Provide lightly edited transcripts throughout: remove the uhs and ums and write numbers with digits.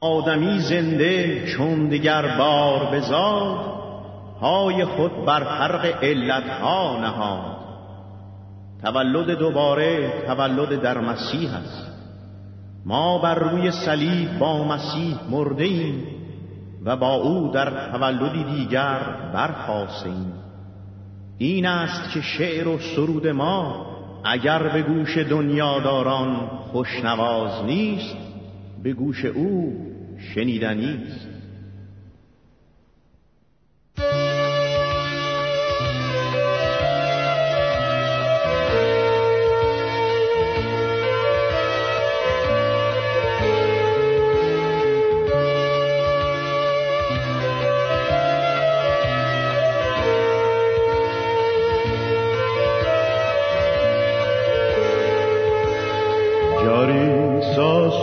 آدمی زنده چون دگر بار بزاد، پای خود بر فرق علتها نهاد. تولد دوباره تولد در مسیح است. ما بر روی صلیب با مسیح مرده ایم و با او در تولدی دیگر برخاسته ایم. این است که شعر و سرود ما اگر به گوش دنیاداران خوشنواز نیست، به گوش او شنیدنی است. جاری ساز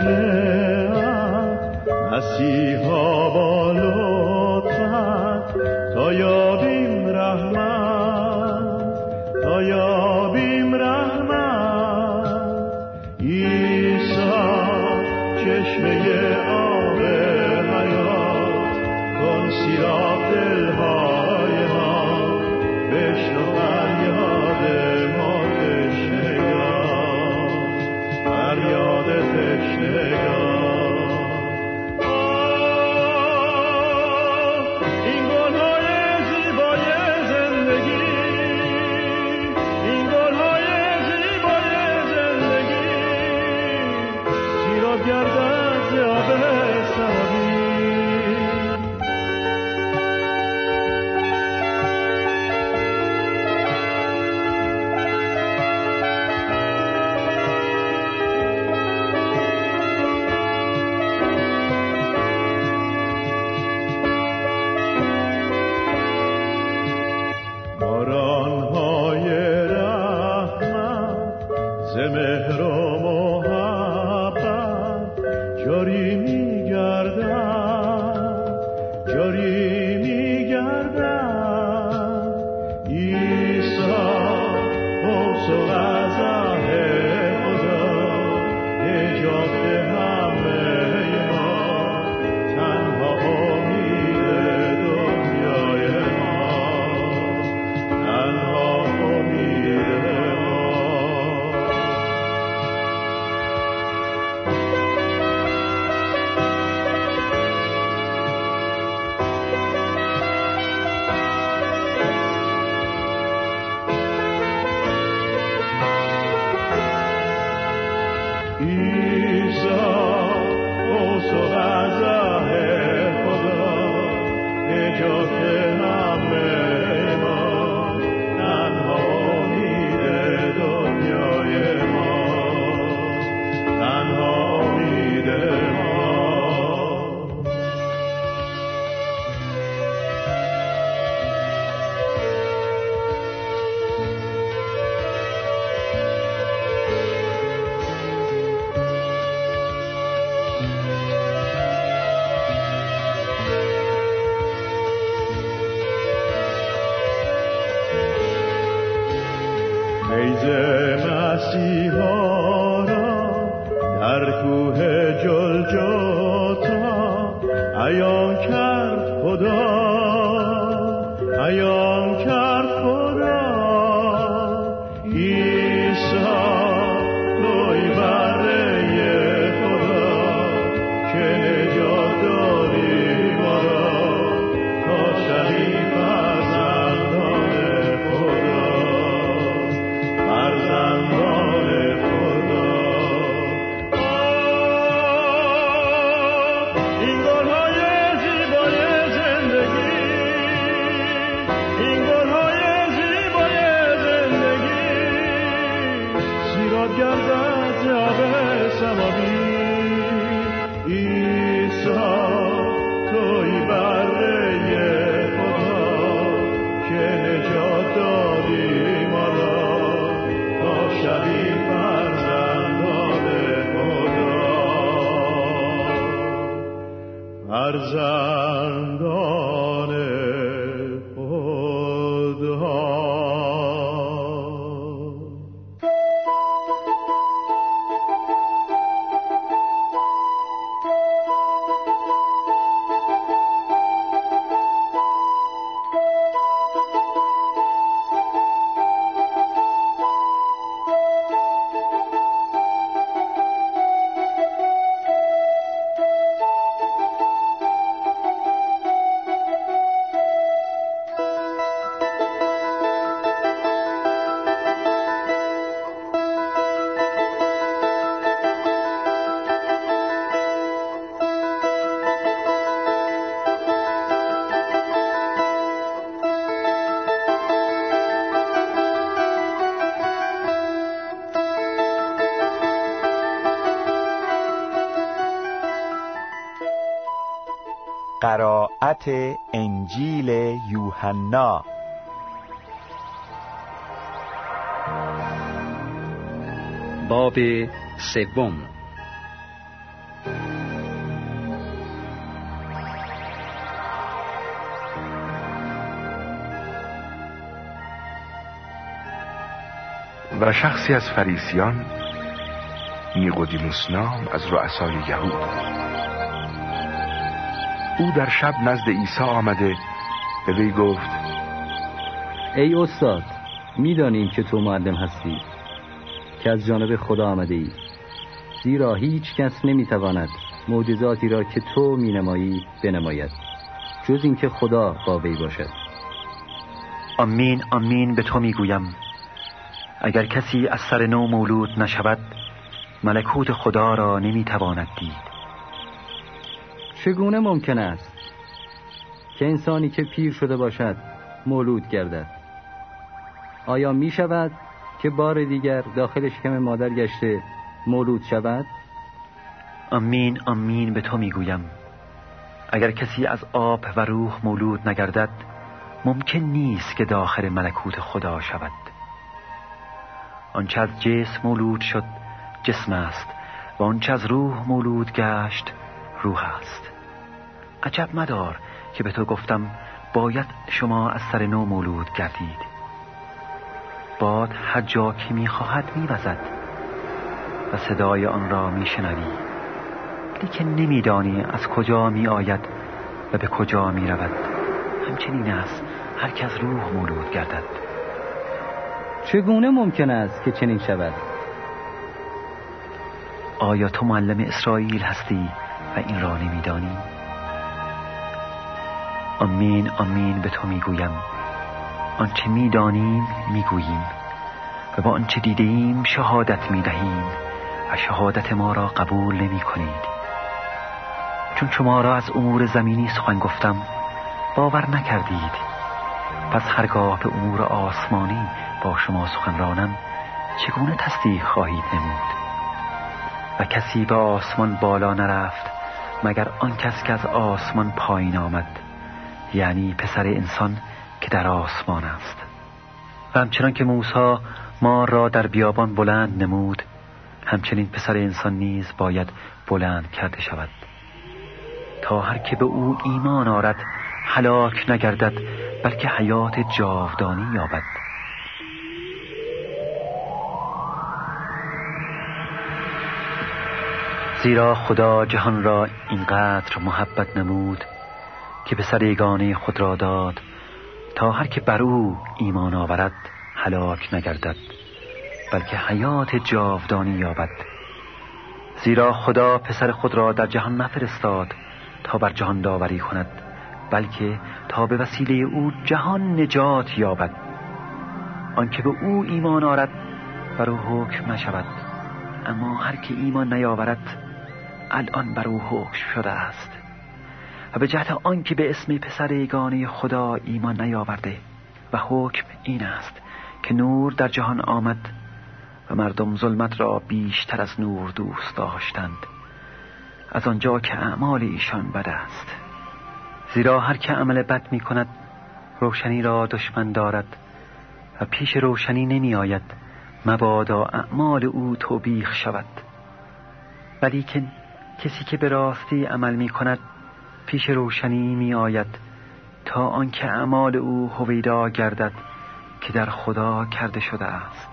چشمت مسیحا با لطفت، تا یابیم رحمت، تا یابیم رحمت. عیسی چشمه آب حیات، کن سیراب دلهای ما، بشنو فریاد ما تشنگان، فریاد تشنگان. این گلهای زیبای زندگی، این گلهای زیبای زندگی، سیراب گردد ز آب سماوی. باران‌های رحمت ز مهر و محبت جاری می‌گردد، جاری می‌گردد. عیسی قوس و قزح خدا، نجات همه ما، تنها امید دنیای ما، تنها امید ما. عیسی قوس و قزح خدا، نجات همه ما، تنها امید دنیای ما، تنها امید ما. فیض مسیحا را در کوه جلجتا عیان کرد خدا، عیان کرد خدا. عیسی توی بره خدا، که نجات داری ما را، تا شویم فرزندان خدا، فرزندان خدا. این گلهای زیبای زندگی، این گلهای زیبای زندگی، سیراب گردد ز آب سماوی. عیسی توی بره خدا، که نجات دادی ما را، تا شویم فرزندان خدا، فرزندان خدا. قرائت انجیل یوحنا. باب 3. و شخصی از فریسیان، نیقودیموس نام، از رؤسای یهود، او در شب نزد عیسی آمده به وی گفت: ای استاد، می‌دانیم که تو معلم هستی که از جانب خدا آمده ای، زیرا هیچ کس نمی‌تواند معجزاتی را که تو می‌نمایی بنماید جز اینکه خدا با وی باشد. آمین آمین به تو میگویم، اگر کسی از سر نو مولود نشود ملکوت خدا را نمیتواند دید. چگونه ممکن است که انسانی که پیر شده باشد مولود گردد؟ آیا می شود که بار دیگر داخل شکم مادر گشته مولود شود؟ آمین آمین به تو میگویم، اگر کسی از آب و روح مولود نگردد ممکن نیست که داخل ملکوت خدا شود. آنچه از جسم مولود شد جسم است و آنچه از روح مولود گشت روح است. عجب مدار که به تو گفتم باید شما از سر نو مولود گردید. باد هر جا که می‌خواهد می‌وزد و صدای آن را می‌شنوی، لیکن نمی‌دانی از کجا می‌آید و به کجا می‌رود. همچنین است هر که از روح مولود گردد. چگونه ممکن است که چنین شود؟ آیا تو معلم اسرائیل هستی و این را نمی‌دانی؟ آمین آمین به تو میگویم، آنچه می‌دانیم میگوییم و با آنچه دیدیم شهادت می‌دهیم و شهادت ما را قبول نمی‌کنید. چون شما را از امور زمینی سخن گفتم باور نکردید، پس هرگاه به امور آسمانی با شما سخنرانم چگونه تصدیق خواهید نمود؟ و کسی به آسمان بالا نرفت مگر آن کس که از آسمان پایین آمد، یعنی پسر انسان که در آسمان است. و همچنان که موسی ما را در بیابان بلند نمود، همچنین پسر انسان نیز باید بلند کرده شود تا هر که به او ایمان آرد هلاک نگردد بلکه حیات جاودانی یابد. زیرا خدا جهان را اینقدر محبت نمود که پسر یگانه خود را داد تا هر که بر او ایمان آورد هلاک نگردد بلکه حیات جاودانی یابد. زیرا خدا پسر خود را در جهان نفرستاد تا بر جهان داوری کند، بلکه تا به وسیله او جهان نجات یابد. آنکه به او ایمان آرد بر او حکم نشود، اما هر که ایمان نیاورد الان بر او حکم شده است. و به جهت آنکه به اسم پسر یگانه خدا ایمان نیاورده و حکم این است که نور در جهان آمد و مردم ظلمت را بیشتر از نور دوست داشتند، از آنجا که اعمال ایشان بد است. زیرا هر که عمل بد می کند روشنی را دشمن دارد و پیش روشنی نمی آید مبادا اعمال او توبیخ شود. ولیکن کسی که به راستی عمل می کند پیش روشنی می آید تا آنکه اعمال او هویدا گردد که در خدا کرده شده است.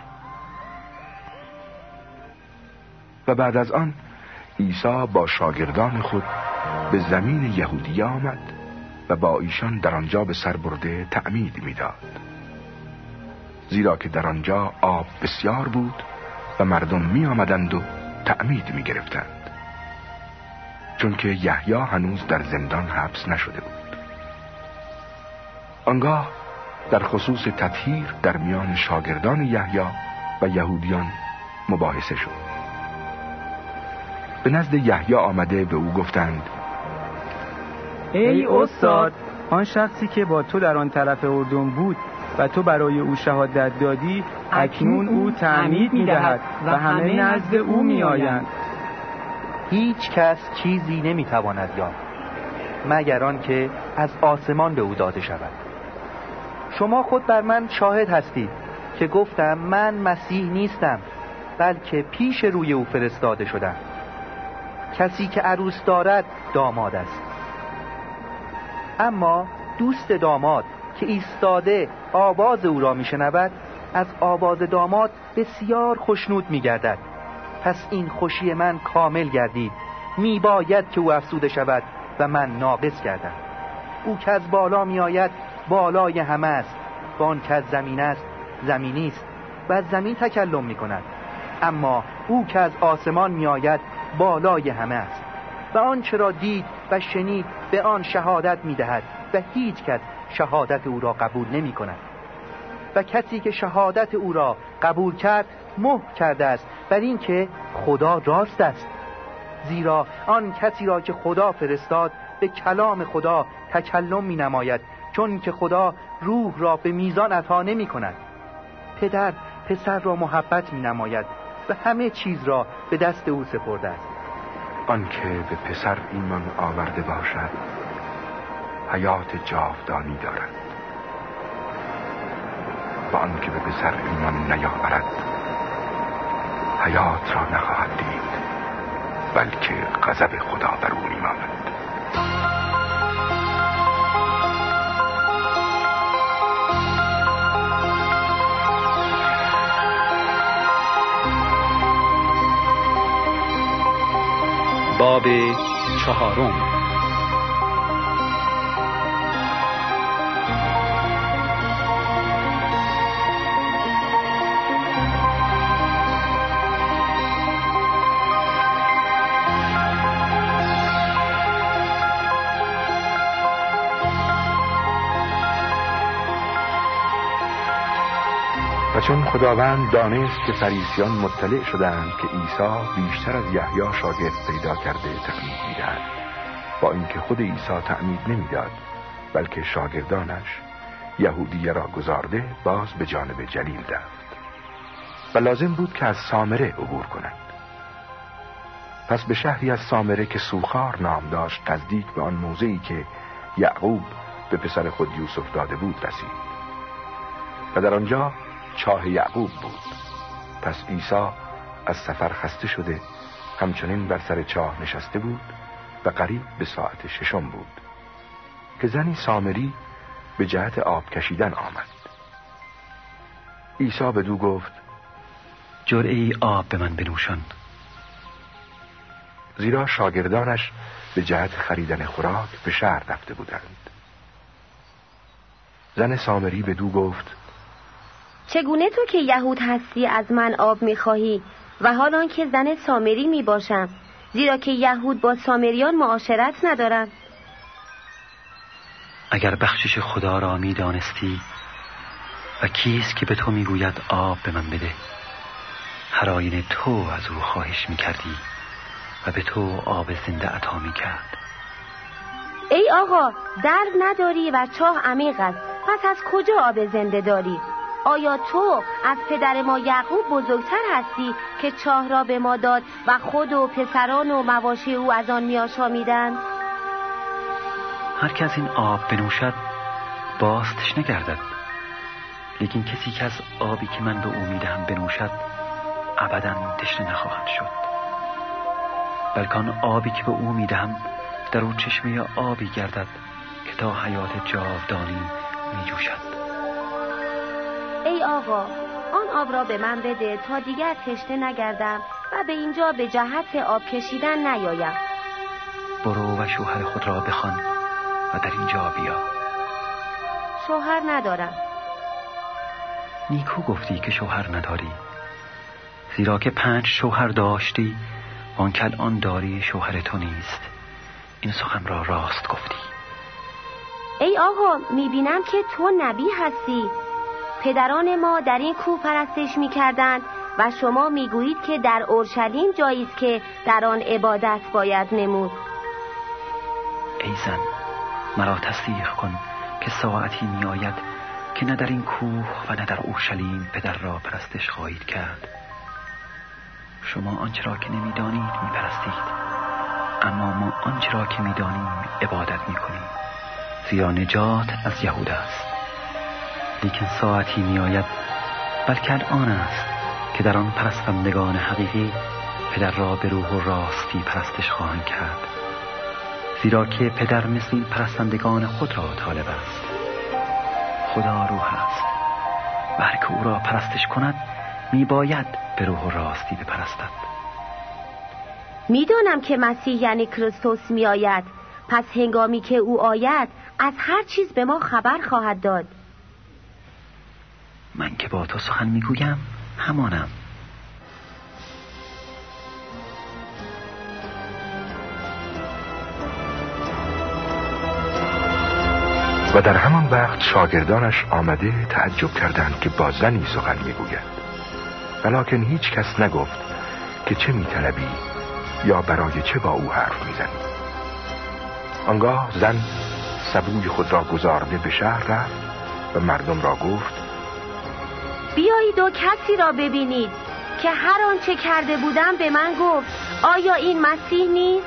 و بعد از آن عیسی با شاگردان خود به زمین یهودیه آمد و با ایشان در آنجا به سر برده تعمید می‌داد، زیرا که در آنجا آب بسیار بود و مردم می آمدند و تعمید می گرفتند، چون که یحیی هنوز در زندان حبس نشده بود. آنگاه در خصوص تطهیر در میان شاگردان یحیی و یهودیان مباحثه شد. به نزد یحیی آمده به او گفتند: ای استاد، آن شخصی که با تو در آن طرف اردن بود و تو برای او شهادت دادی، اکنون او تعمید می‌دهد و همه نزد او می‌آیند. هیچ کس چیزی نمی‌تواند یافت مگر آن که از آسمان به او داده شود. شما خود بر من شاهد هستید که گفتم من مسیح نیستم، بلکه پیش روی او فرستاده شدم. کسی که عروس دارد داماد است. اما دوست داماد که ایستاده آواز او را میشنود، از آواز داماد بسیار خوشنود میگردد. پس این خوشی من کامل گردید. میباید که او افزوده شود و من ناقص گردم. او که از بالا میآید بالای همه است، و آن که از زمین است زمینی است و از زمین تکلم میکند. اما او که از آسمان میآید بالای همه است و آنچه را دید و شنید به آن شهادت میدهد و هیچ کس شهادت او را قبول نمی کند. و کسی که شهادت او را قبول کرد مهر کرده است بر این که خدا راست است. زیرا آن کسی را که خدا فرستاد به کلام خدا تکلم می نماید، چون که خدا روح را به میزان عطا نمی کند. پدر پسر را محبت می نماید و همه چیز را به دست او سپرده است. آن که به پسر ایمان آورده باشد حیات جاودانی دارد، و آن که به پسر ایمان نیاورد حیات را نخواهد دید، بلکه غضب خدا بر او میماند. باب 4. و چون خداوند دانست که فریسیان مطلع شدند که عیسی بیشتر از یحیی شاگرد پیدا کرده تعمید می‌دهد، با اینکه خود عیسی تعمید نمی‌داد بلکه شاگردانش یهودیه را گذارده، باز به جانب جلیل رفت و لازم بود که از سامره عبور کنند. پس به شهری از سامره که سوخار نام داشت نزدیک به آن موضعی که یعقوب به پسر خود یوسف داده بود رسید و در آنجا چاه یعقوب بود. پس عیسی از سفر خسته شده همچنین بر سر چاه نشسته بود و قریب به ساعت 6 بود که زنی سامری به جهت آب کشیدن آمد. عیسی بدو گفت جرعه‌ای آب به من بنوشان. زیرا شاگردانش به جهت خریدن خوراک به شهر رفته بودند. زن سامری بدو گفت چگونه تو که یهود هستی از من آب می‌خواهی و حالان که زن سامری میباشم؟ زیرا که یهود با سامریان معاشرت ندارند. اگر بخشش خدا را میدانستی و کیست که به تو میگوید آب به من بده، هر آینه تو از او خواهش میکردی و به تو آب زنده عطا میکرد. ای آقا، درب نداری و چاه عمیق است، پس از کجا آب زنده داری؟ آیا تو از پدر ما یعقوب بزرگتر هستی که چاه را به ما داد و خود و پسران و مواشی او از آن می‌آشامیدند؟ هر که از این آب بنوشد باز تشنه گردد، لیکن کسی که از آبی که من به او میدهم بنوشد ابداً تشنه نخواهد شد، بلکه آن آبی که به او میدهم در او چشمه آبی گردد که تا حیات جاودانی میجوشد. ای آقا، آن آب را به من بده تا دیگر تشنه نگردم و به اینجا به جهت آب کشیدن نیایم. برو و شوهر خود را بخوان و در اینجا بیا. شوهر ندارم. نیکو گفتی که شوهر نداری، زیرا که 5 شوهر داشتی و آن که الان داری شوهر تو نیست. این سخن را راست گفتی. ای آقا، میبینم که تو نبی هستی. پدران ما در این کوه پرستش می‌کردند و شما میگویید که در اورشلیم جایی است که در آن عبادت باید نمود. ای زن، مرا تصدیق کن که ساعتی میآید که نه در این کوه و نه در اورشلیم پدر را پرستش خواهید کرد. شما آنچه را که نمیدانید میپرستید اما ما آنچه را که می‌دانیم عبادت می‌کنیم، زیرا نجات از یهود است. لیکن ساعتی می‌آید، بلکه الان است، که در آن پرستندگان حقیقی پدر را به روح و راستی پرستش خواهند کرد، زیرا که پدر مثل این پرستندگان خود را طالب است. خدا روح است و هر که او را پرستش کند میباید به روح و راستی بپرستد. میدانم که مسیح یعنی کریستوس میآید، پس هنگامی که او آید از هر چیز به ما خبر خواهد داد. من که با تو سخن میگویم همانم. و در همان وقت شاگردانش آمده تعجب کردند که با زنی سخن میگوید، ولکن هیچ کس نگفت که چه میطلبی یا برای چه با او حرف میزنی. آنگاه زن سبوی خود را گذارده به شهر رفت و مردم را گفت بیایید و کسی را ببینید که هر آنچه کرده بودم به من گفت. آیا این مسیح نیست؟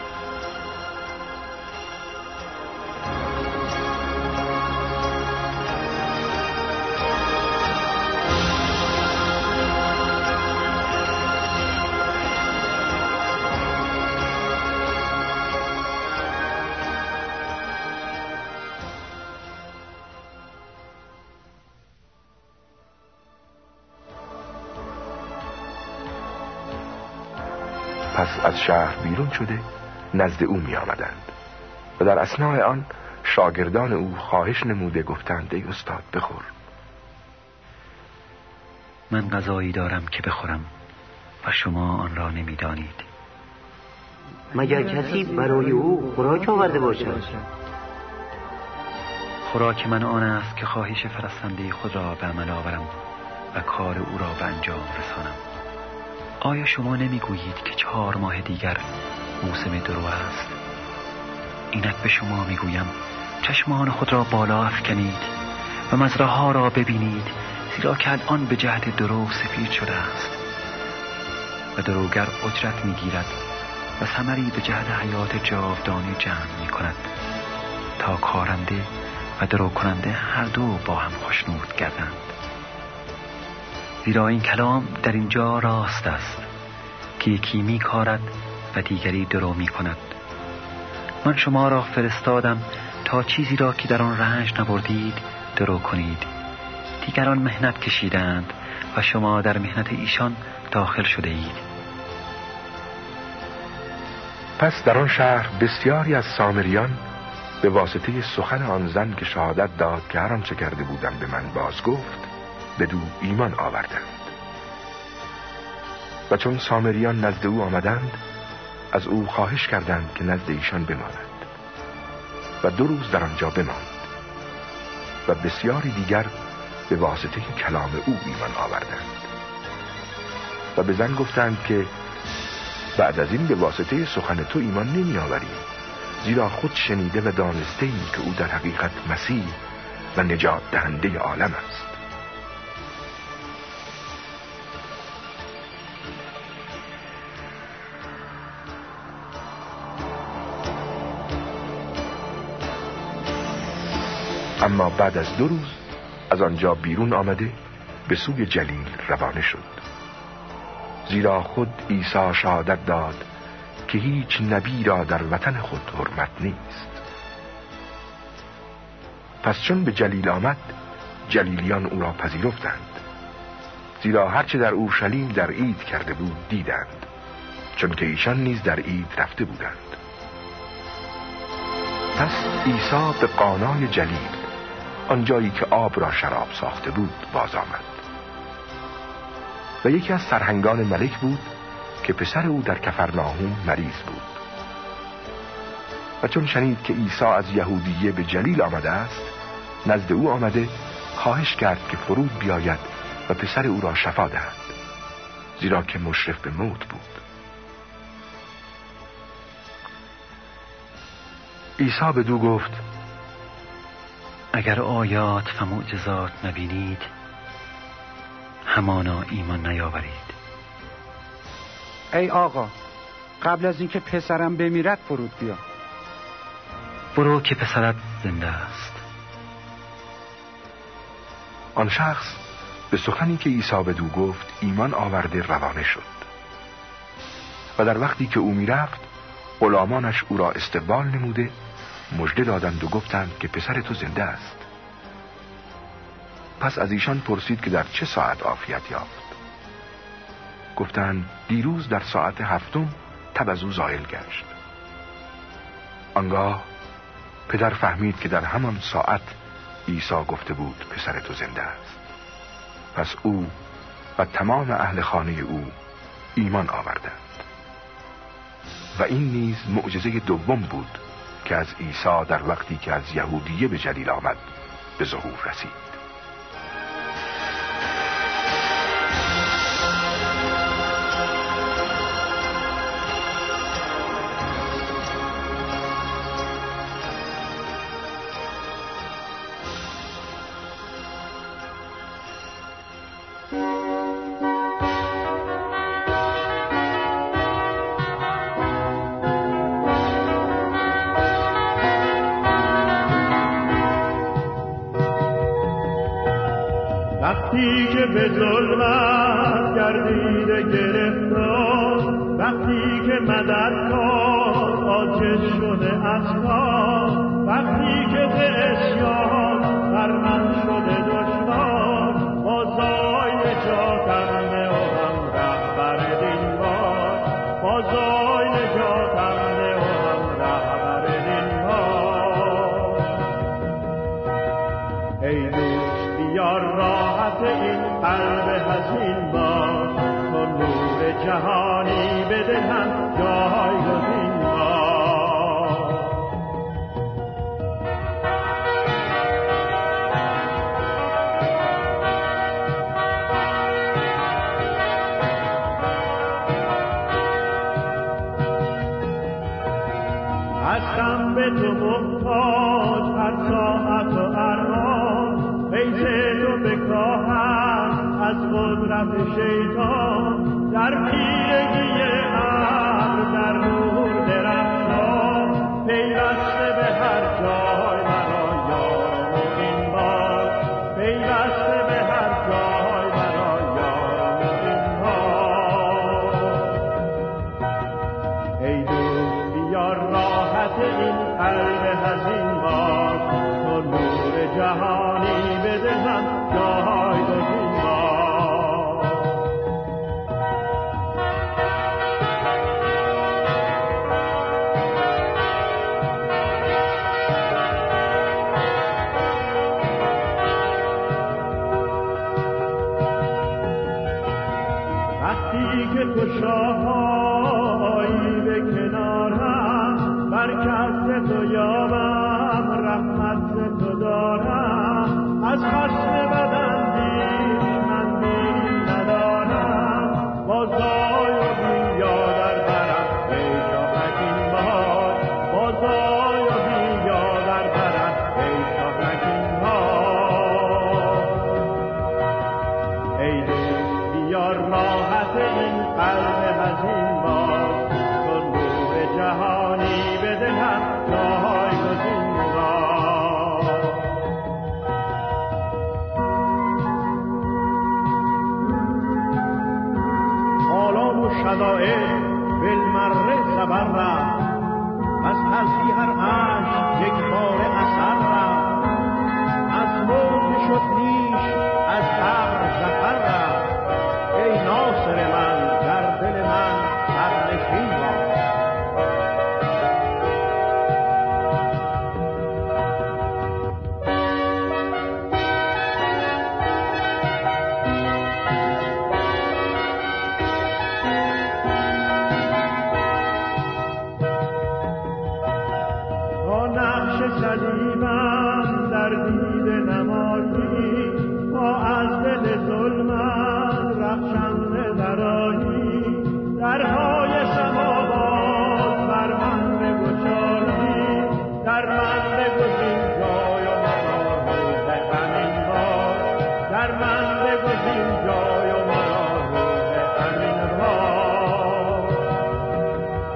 پس از شهر بیرون شده نزد او می آمدند و در اثناء آن شاگردان او خواهش نموده گفتند ای استاد بخور. من غذایی دارم که بخورم و شما آن را نمی دانید. مگر کسی برای او خوراک آورده باشد؟ خوراک من آن است که خواهش فرستنده خود را به عمل آورم و کار او را به انجام رسانم. آیا شما نمیگویید که 4 ماه دیگر موسم درو است؟ اینک به شما میگویم چشمان خود را بالا افکنید و مزرعه ها را ببینید، زیرا که الان به جهت درو سفید شده است و دروگر اجرت میگیرد و ثمری به جهت حیات جاودانی جمع میکند تا کارنده و درو کننده هر دو با هم خوشنود گردند. زیرا این کلام در اینجا راست است که یکی می کارد و دیگری درو می کند. من شما را فرستادم تا چیزی را که در آن رنج نبردید درو کنید. دیگران مهنت کشیدند و شما در مهنت ایشان داخل شده اید. پس در آن شهر بسیاری از سامریان به واسطه سخن آن زن که شهادت داد که هر آنچه کرده بودم به من باز گفت بدو ایمان آوردند. و چون سامریان نزد او آمدند از او خواهش کردند که نزد ایشان بماند و 2 روز در آنجا بماند و بسیاری دیگر به واسطه کلام او ایمان آوردند. و به زن گفتند که بعد از این به واسطه سخن تو ایمان نمی آوریم، زیرا خود شنیده و دانسته ایم که او در حقیقت مسیح و نجات دهنده عالم است. اما بعد از 2 روز از آنجا بیرون آمده به سوی جلیل روانه شد، زیرا خود عیسی شهادت داد که هیچ نبی را در وطن خود حرمت نیست. پس چون به جلیل آمد جلیلیان او را پذیرفتند، زیرا هرچه در اورشلیم در عید کرده بود دیدند، چون که ایشان نیز در عید رفته بودند. پس عیسی به قانای جلیل، آنجایی که آب را شراب ساخته بود، باز آمد و یکی از سرهنگان ملک بود که پسر او در کفرناهم مریض بود. و چون شنید که عیسی از یهودیه به جلیل آمده است، نزد او آمده خواهش کرد که فرود بیاید و پسر او را شفا دهد، زیرا که مشرف به موت بود. عیسی بدو گفت اگر آیات و معجزات نبینید همانا ایمان نیاورید. ای آقا، قبل از اینکه پسرم بمیرد فرود بیا. برو که پسرت زنده است. آن شخص به سخنی که عیسی بدو گفت ایمان آورده روانه شد و در وقتی که او میرفت غلامانش او را استقبال نموده مژده دادند و گفتند که پسر تو زنده است. پس از ایشان پرسید که در چه ساعت عافیت یافت. گفتند دیروز در ساعت 7 تب از او زایل گشت. آنگاه پدر فهمید که در همان ساعت عیسی گفته بود پسر تو زنده است. پس او و تمام اهل خانه او ایمان آوردند. و این نیز معجزه دوم بود که از عیسی در وقتی که از یهودیه به جلیل آمد به ظهور رسید. وقتی که به ظلمت گردیده گرفتار، وقتی که مددکار عاجز شده از کار، وقتی که به عصیان بر من شده دشوار، بازای نجاتم نه و هم رهبر دین بار، بازای نجاتم نه و هم رهبر دین بار. ای دوست بیار راحت این قلب حزین باش، تو نور جهانی به دل هم جایگزین باش. هستم به تو محتاج هر ساعت و هر آن، فیض تو بکاهم از قدرت شیطان، در تیرگی ابر در نور درخشان، پیوسته به هر جای مرا یار و مقیم باش، پیوسته به هر جای مرا یار و مقیم باش. ای دوست بیار راحت این قلب حزین باش، تو نور جهانی به دل هم جایگزین باش. وقتی که تو شاهایی به کنارم، برکت تو یابم رحمت تو دارم، از خشم بداندیش من دین ندارم، بازای و بیا در برم ای شاه حکیم باش، بازای و بیا در برم ای شاه حکیم باش. ای دوست بیار راحت این قلب حزین باش، تو نور جهانی به دل هم جایگزین باش. آلام و شدائد بالمره صبر رفت، از تلخی هر اشک یک بار اثر رفت، از موت شد نیش از فقر ظفر رفت، ای ناصر من در دل من سرنشین باش. تا نقش صلیبم در دیده نمایی، تا از دل ظلمت رخشنده درآیی، درهای سماوات بر من بگشایی، در من بگزین جای و مرا روح امین باش، در من بگزین جای و مرا روح امین باش.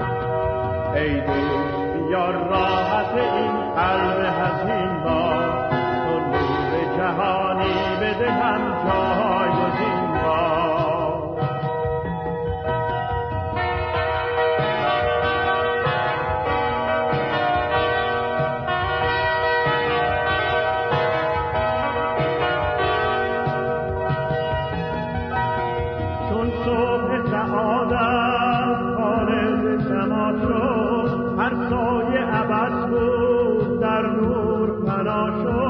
ابد بود در نور فنا شد.